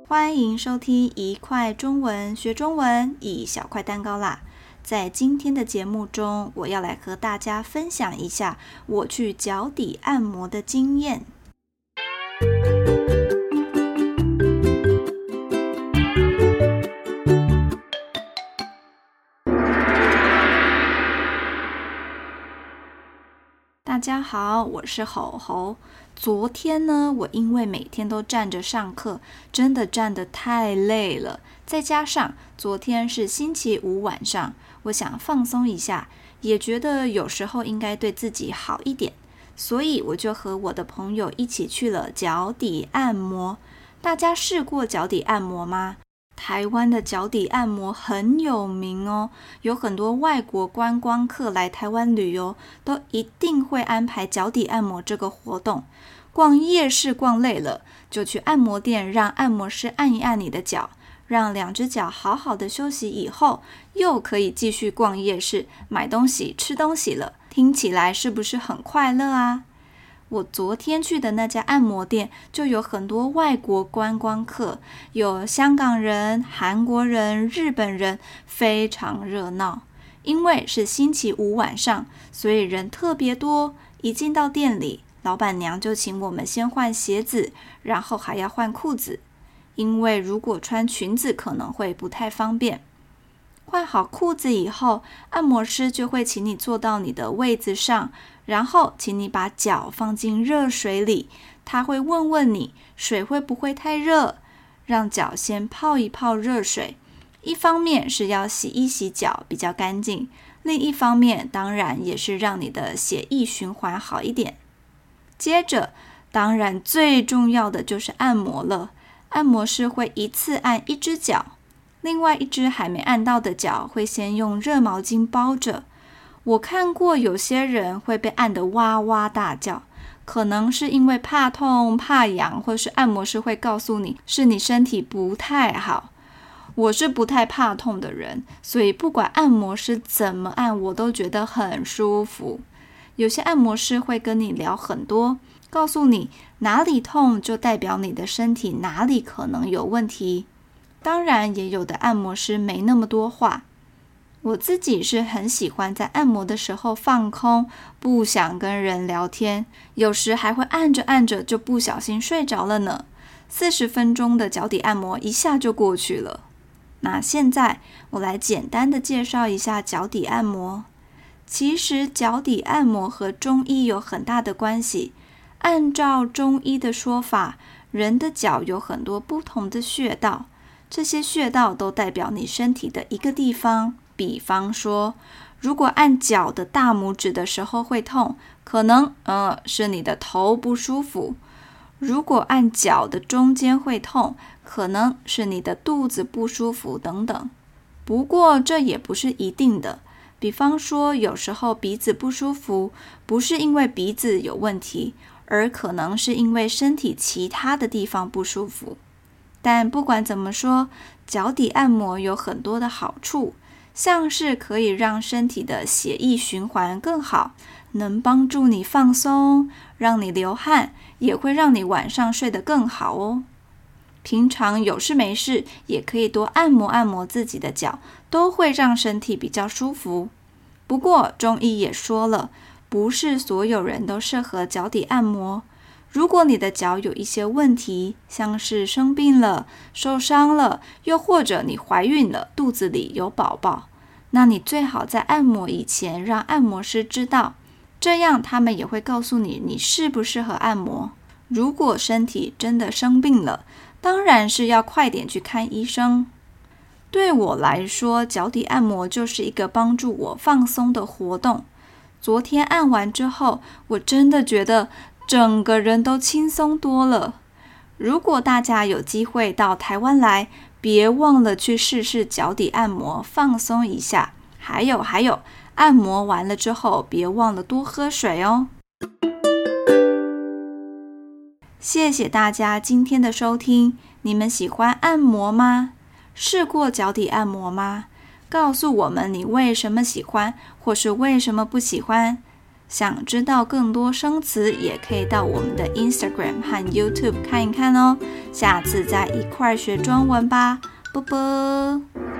欢迎收听一块中文学中文，以小块蛋糕啦。在今天的节目中，我要来和大家分享一下我去脚底按摩的经验。大家好，我是吼吼。昨天呢，我因为每天都站着上课，真的站得太累了。再加上昨天是星期五晚上，我想放松一下，也觉得有时候应该对自己好一点，所以我就和我的朋友一起去了脚底按摩。大家试过脚底按摩吗？台湾的脚底按摩很有名哦，有很多外国观光客来台湾旅游，都一定会安排脚底按摩这个活动。逛夜市逛累了，就去按摩店让按摩师按一按你的脚，让两只脚好好的休息以后，又可以继续逛夜市，买东西吃东西了。听起来是不是很快乐啊？我昨天去的那家按摩店就有很多外国观光客，有香港人、韩国人、日本人，非常热闹。因为是星期五晚上，所以人特别多。一进到店里，老板娘就请我们先换鞋子，然后还要换裤子，因为如果穿裙子可能会不太方便。换好裤子以后，按摩师就会请你坐到你的位子上，然后请你把脚放进热水里，他会问问你水会不会太热，让脚先泡一泡热水。一方面是要洗一洗脚比较干净，另一方面当然也是让你的血液循环好一点。接着，当然最重要的就是按摩了。按摩师会一次按一只脚，另外一只还没按到的脚会先用热毛巾包着。我看过有些人会被按得哇哇大叫，可能是因为怕痛、怕痒，或是按摩师会告诉你是你身体不太好。我是不太怕痛的人，所以不管按摩师怎么按，我都觉得很舒服。有些按摩师会跟你聊很多，告诉你哪里痛就代表你的身体哪里可能有问题。当然也有的按摩师没那么多话。我自己是很喜欢在按摩的时候放空，不想跟人聊天，有时还会按着按着就不小心睡着了呢。40分钟的脚底按摩一下就过去了。那现在我来简单的介绍一下脚底按摩。其实脚底按摩和中医有很大的关系。按照中医的说法，人的脚有很多不同的穴道，这些穴道都代表你身体的一个地方。比方说，如果按脚的大拇指的时候会痛，可能是你的头不舒服。如果按脚的中间会痛，可能是你的肚子不舒服等等。不过这也不是一定的。比方说，有时候鼻子不舒服，不是因为鼻子有问题，而可能是因为身体其他的地方不舒服。但不管怎么说，脚底按摩有很多的好处，像是可以让身体的血液循环更好，能帮助你放松，让你流汗，也会让你晚上睡得更好哦。平常有事没事，也可以多按摩按摩自己的脚，都会让身体比较舒服。不过中医也说了，不是所有人都适合脚底按摩。如果你的脚有一些问题，像是生病了、受伤了，又或者你怀孕了，肚子里有宝宝，那你最好在按摩以前让按摩师知道，这样他们也会告诉你你适不适合按摩。如果身体真的生病了，当然是要快点去看医生。对我来说，脚底按摩就是一个帮助我放松的活动。昨天按完之后，我真的觉得整个人都轻松多了。如果大家有机会到台湾来，别忘了去试试脚底按摩，放松一下。还有，按摩完了之后，别忘了多喝水哦。谢谢大家今天的收听。你们喜欢按摩吗？试过脚底按摩吗？告诉我们你为什么喜欢，或是为什么不喜欢。 想知道更多生词，也可以到我们的 Instagram 和 YouTube 看一看哦。下次再一块学中文吧，啵啵。